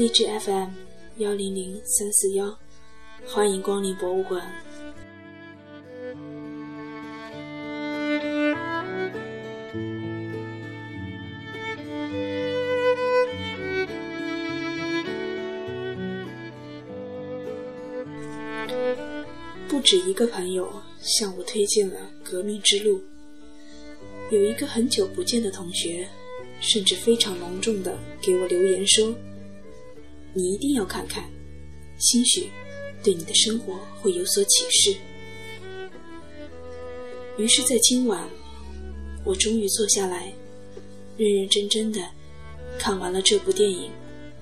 励志 FM100341，欢迎光临博物馆。不止一个朋友向我推荐了《革命之路》，有一个很久不见的同学甚至非常隆重地给我留言说，你一定要看看，兴许对你的生活会有所启示。于是在今晚，我终于坐下来认认真真地看完了这部电影。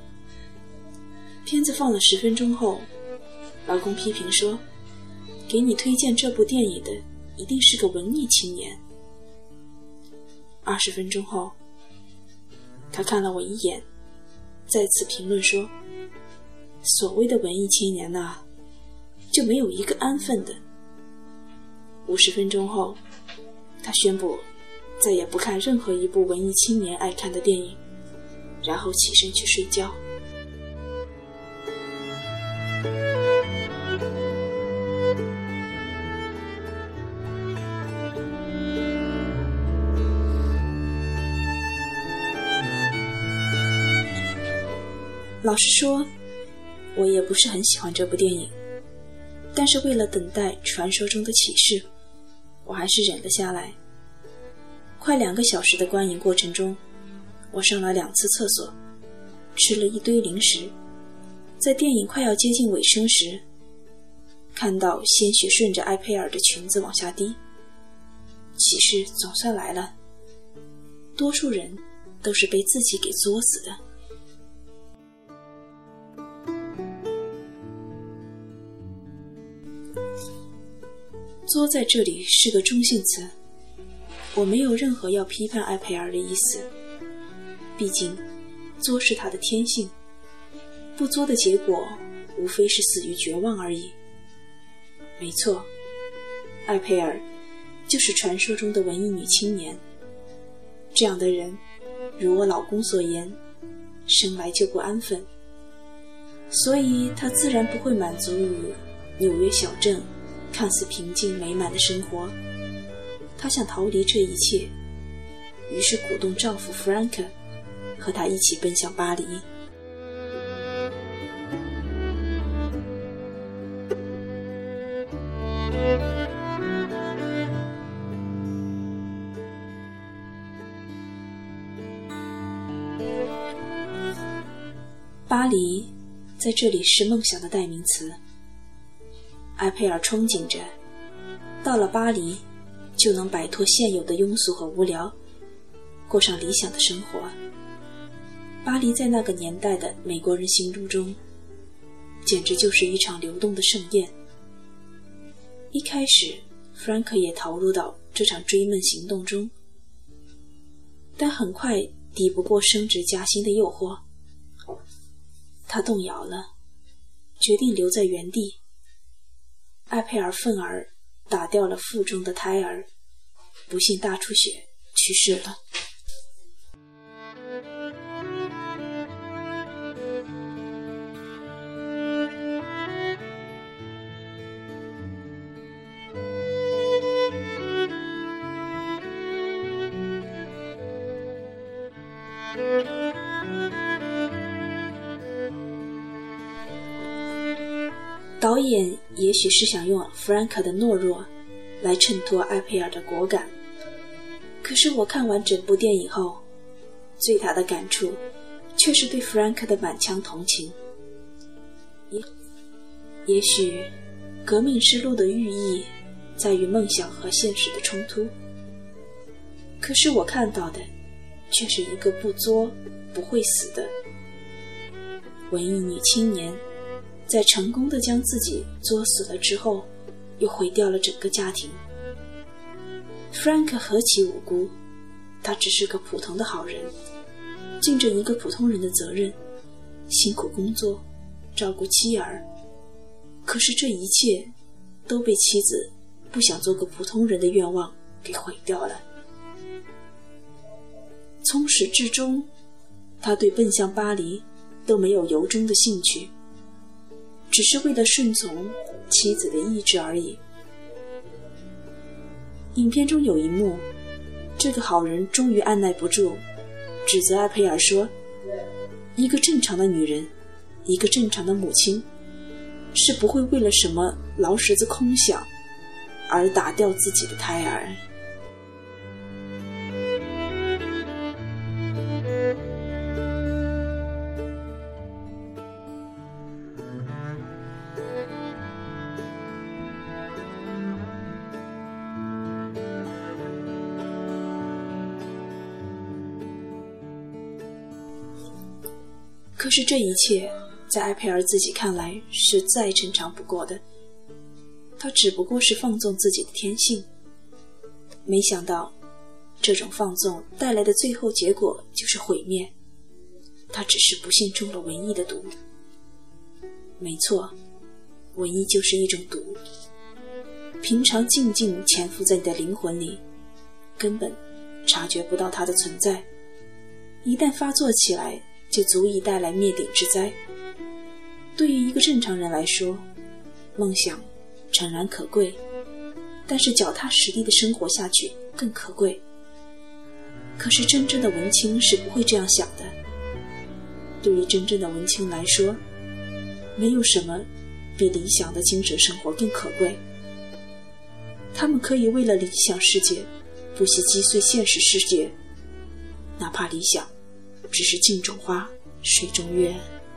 片子放了10分钟后，老公批评说，给你推荐这部电影的一定是个文艺青年。20分钟后，他看了我一眼，再次评论说，所谓的文艺青年啊，就没有一个安分的。50分钟后，他宣布再也不看任何一部文艺青年爱看的电影，然后起身去睡觉。老实说，我也不是很喜欢这部电影，但是为了等待传说中的启示，我还是忍了下来。快2个小时的观影过程中，我上了2次厕所，吃了一堆零食。在电影快要接近尾声时，看到鲜血顺着埃佩尔的裙子往下滴，启示总算来了，多数人都是被自己给作死的。作在这里是个中性词，我没有任何要批判埃佩尔的意思，毕竟作是他的天性，不作的结果无非是死于绝望而已。没错，埃佩尔就是传说中的文艺女青年，这样的人如我老公所言，生来就不安分，所以他自然不会满足于纽约小镇看似平静美满的生活。她想逃离这一切，于是鼓动丈夫 Frank 和她一起奔向巴黎。巴黎在这里是梦想的代名词。埃佩尔憧憬着到了巴黎就能摆脱现有的庸俗和无聊，过上理想的生活。巴黎在那个年代的美国人心目中简直就是一场流动的盛宴。一开始弗兰克也投入到这场追梦行动中，但很快抵不过升职加薪的诱惑，他动摇了，决定留在原地。埃佩尔愤而打掉了腹中的胎儿，不幸大出血去世了。导演也许是想用弗兰克的懦弱来衬托埃佩尔的果敢，可是我看完整部电影后，最大的感触却是对弗兰克的满腔同情。也许革命之路的寓意在于梦想和现实的冲突，可是我看到的却是一个不作不会死的文艺女青年，在成功地将自己作死了之后，又毁掉了整个家庭。Frank 何其无辜，他只是个普通的好人，尽着一个普通人的责任，辛苦工作，照顾妻儿。可是这一切都被妻子不想做个普通人的愿望给毁掉了。从始至终，他对奔向巴黎都没有由衷的兴趣，只是为了顺从妻子的意志而已。影片中有一幕，这个好人终于按耐不住，指责埃佩尔说，一个正常的女人，一个正常的母亲，是不会为了什么劳什子空想而打掉自己的胎儿。可是这一切在埃佩尔自己看来是再正常不过的，他只不过是放纵自己的天性。没想到这种放纵带来的最后结果就是毁灭，他只是不幸中了文艺的毒。没错，文艺就是一种毒，平常静静潜伏在你的灵魂里，根本察觉不到它的存在，一旦发作起来就足以带来灭顶之灾。对于一个正常人来说，梦想诚然可贵，但是脚踏实地的生活下去更可贵。可是真正的文青是不会这样想的。对于真正的文青来说，没有什么比理想的精神生活更可贵。他们可以为了理想世界不惜击碎现实世界，哪怕理想只是镜中花，水中月。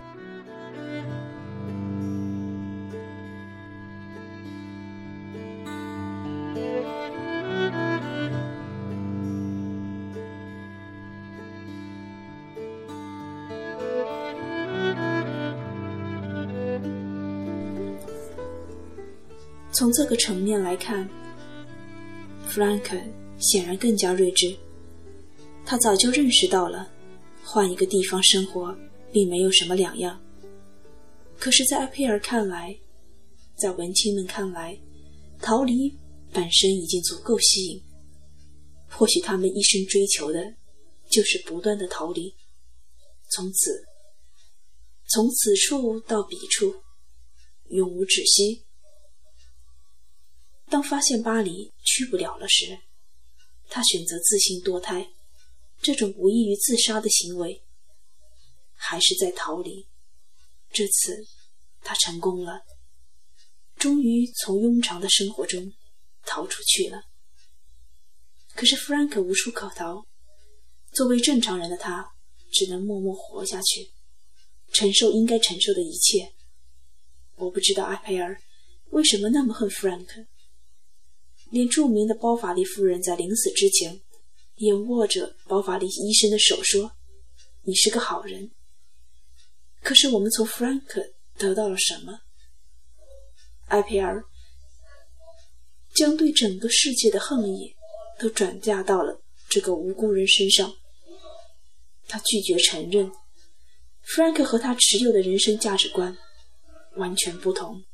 从这个层面来看，弗兰克显然更加睿智。他早就认识到了换一个地方生活并没有什么两样。可是在埃佩尔看来，在文青们看来，逃离本身已经足够吸引。或许他们一生追求的就是不断的逃离，从此处到彼处，永无止息。当发现巴黎去不了了时，他选择自行堕胎，这种无异于自杀的行为，还是在逃离。这次他成功了，终于从庸常的生活中逃出去了。可是弗兰克无处可逃，作为正常人的他只能默默活下去，承受应该承受的一切。我不知道埃佩尔为什么那么恨弗兰克，连著名的包法利夫人在临死之前也握着包法利医生的手说，你是个好人。可是我们从弗兰克得到了什么？埃佩尔将对整个世界的恨意都转嫁到了这个无辜人身上。他拒绝承认弗兰克和他持有的人生价值观完全不同。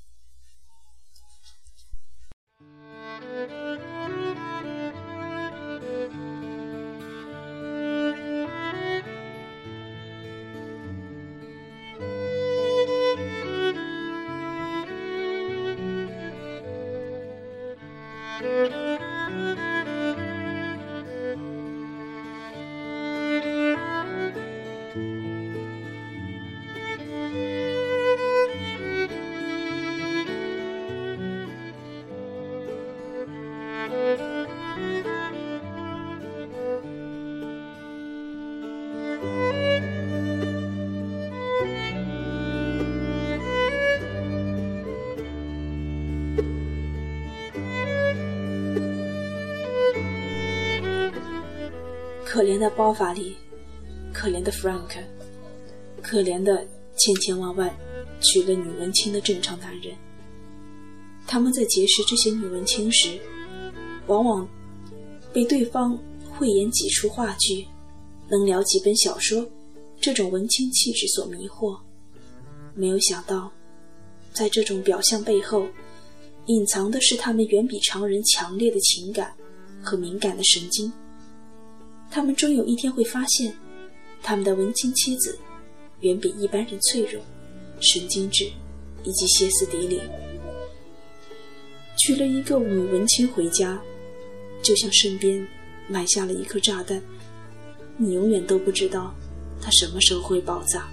可怜的包法利，可怜的弗兰克，可怜的千千万万娶了女文青的正常男人。他们在结识这些女文青时，往往被对方慧眼几出话剧，能聊几本小说这种文青气质所迷惑。没有想到，在这种表象背后，隐藏的是他们远比常人强烈的情感和敏感的神经。他们终有一天会发现，他们的文青妻子远比一般人脆弱、神经质以及歇斯底里。娶了一个女文青回家，就像身边埋下了一颗炸弹，你永远都不知道它什么时候会爆炸。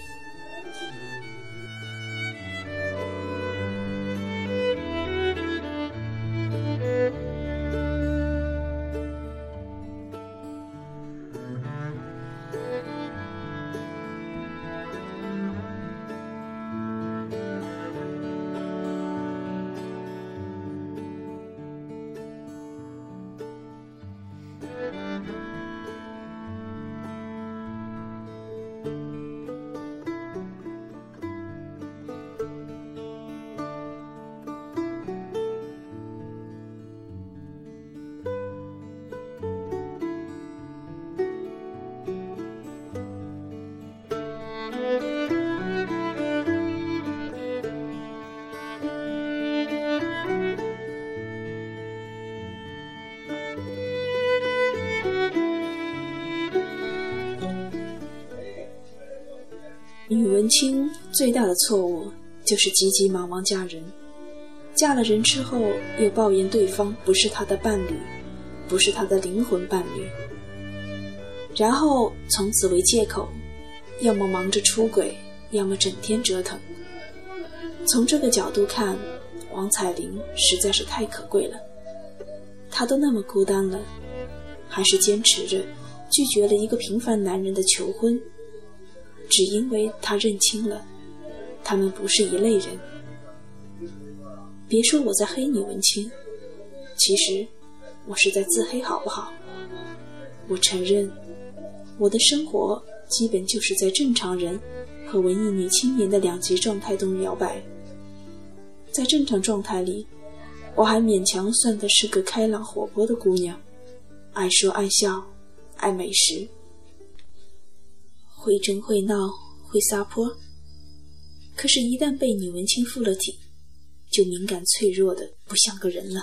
女文青最大的错误就是急急忙忙嫁人，嫁了人之后又抱怨对方不是她的伴侣，不是她的灵魂伴侣，然后从此为借口，要么忙着出轨，要么整天折腾。从这个角度看，王彩玲实在是太可贵了，她都那么孤单了，还是坚持着拒绝了一个平凡男人的求婚，只因为他认清了他们不是一类人。别说我在黑女文青，其实我是在自黑，好不好？我承认我的生活基本就是在正常人和文艺女青年的两极状态中摇摆。在正常状态里，我还勉强算得是个开朗活泼的姑娘，爱说爱笑，爱美食，会争会闹会撒泼。可是一旦被女文青附了体，就敏感脆弱的不像个人了。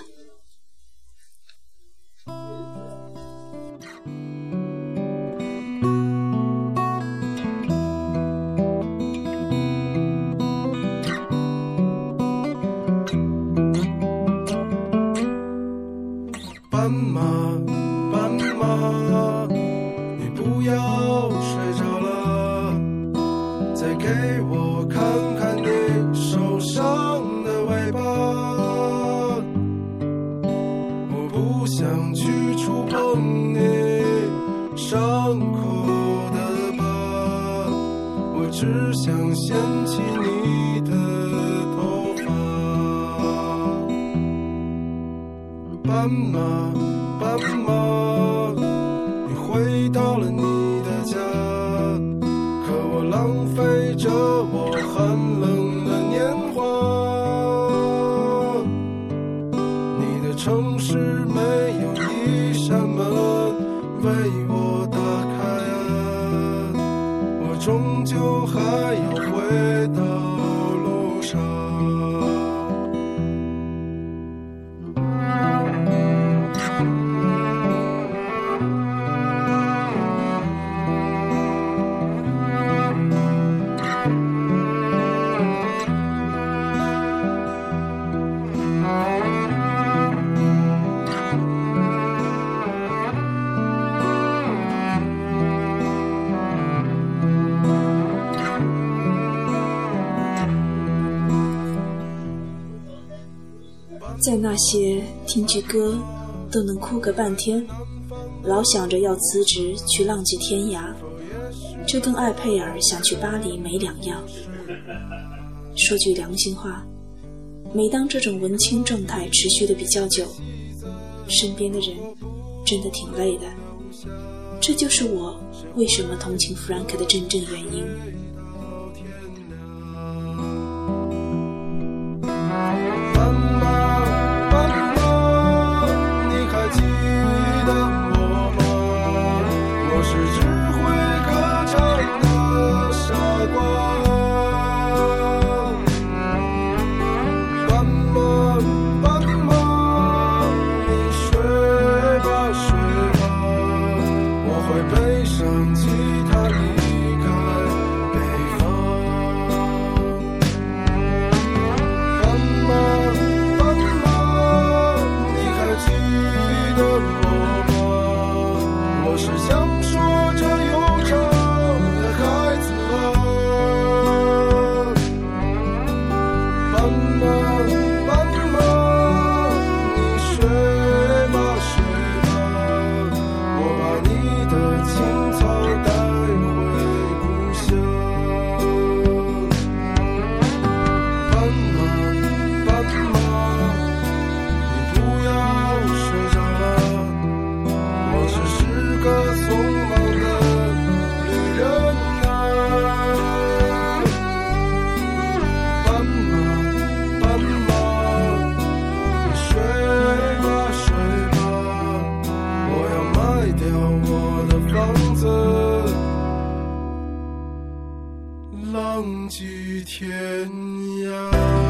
斑马斑马，你不要睡着了，再给我看看你受伤的尾巴。我不想去触碰你伤口的疤，我只想掀起你的头发。斑马斑马，你回到了你的家，可我浪费着我寒冷的年华。你的城市没有一扇门为我打开，我终究还要回到路上。 在那些听句歌都能哭个半天，老想着要辞职去浪迹天涯，这跟艾佩尔想去巴黎没两样。说句良心话，每当这种文青状态持续的比较久，身边的人真的挺累的。这就是我为什么同情 Frank 的真正原因。 背上吉他离开浪迹天涯。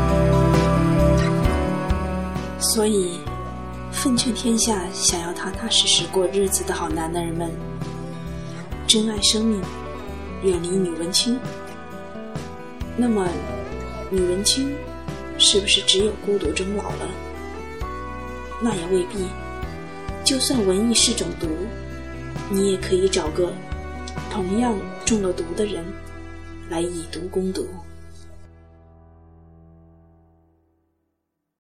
所以奉劝天下想要踏踏实实过日子的好男人们，珍爱生命，远离女文青。那么女文青是不是只有孤独终老了？那也未必，就算文艺是种毒，你也可以找个同样中了毒的人来以毒攻毒。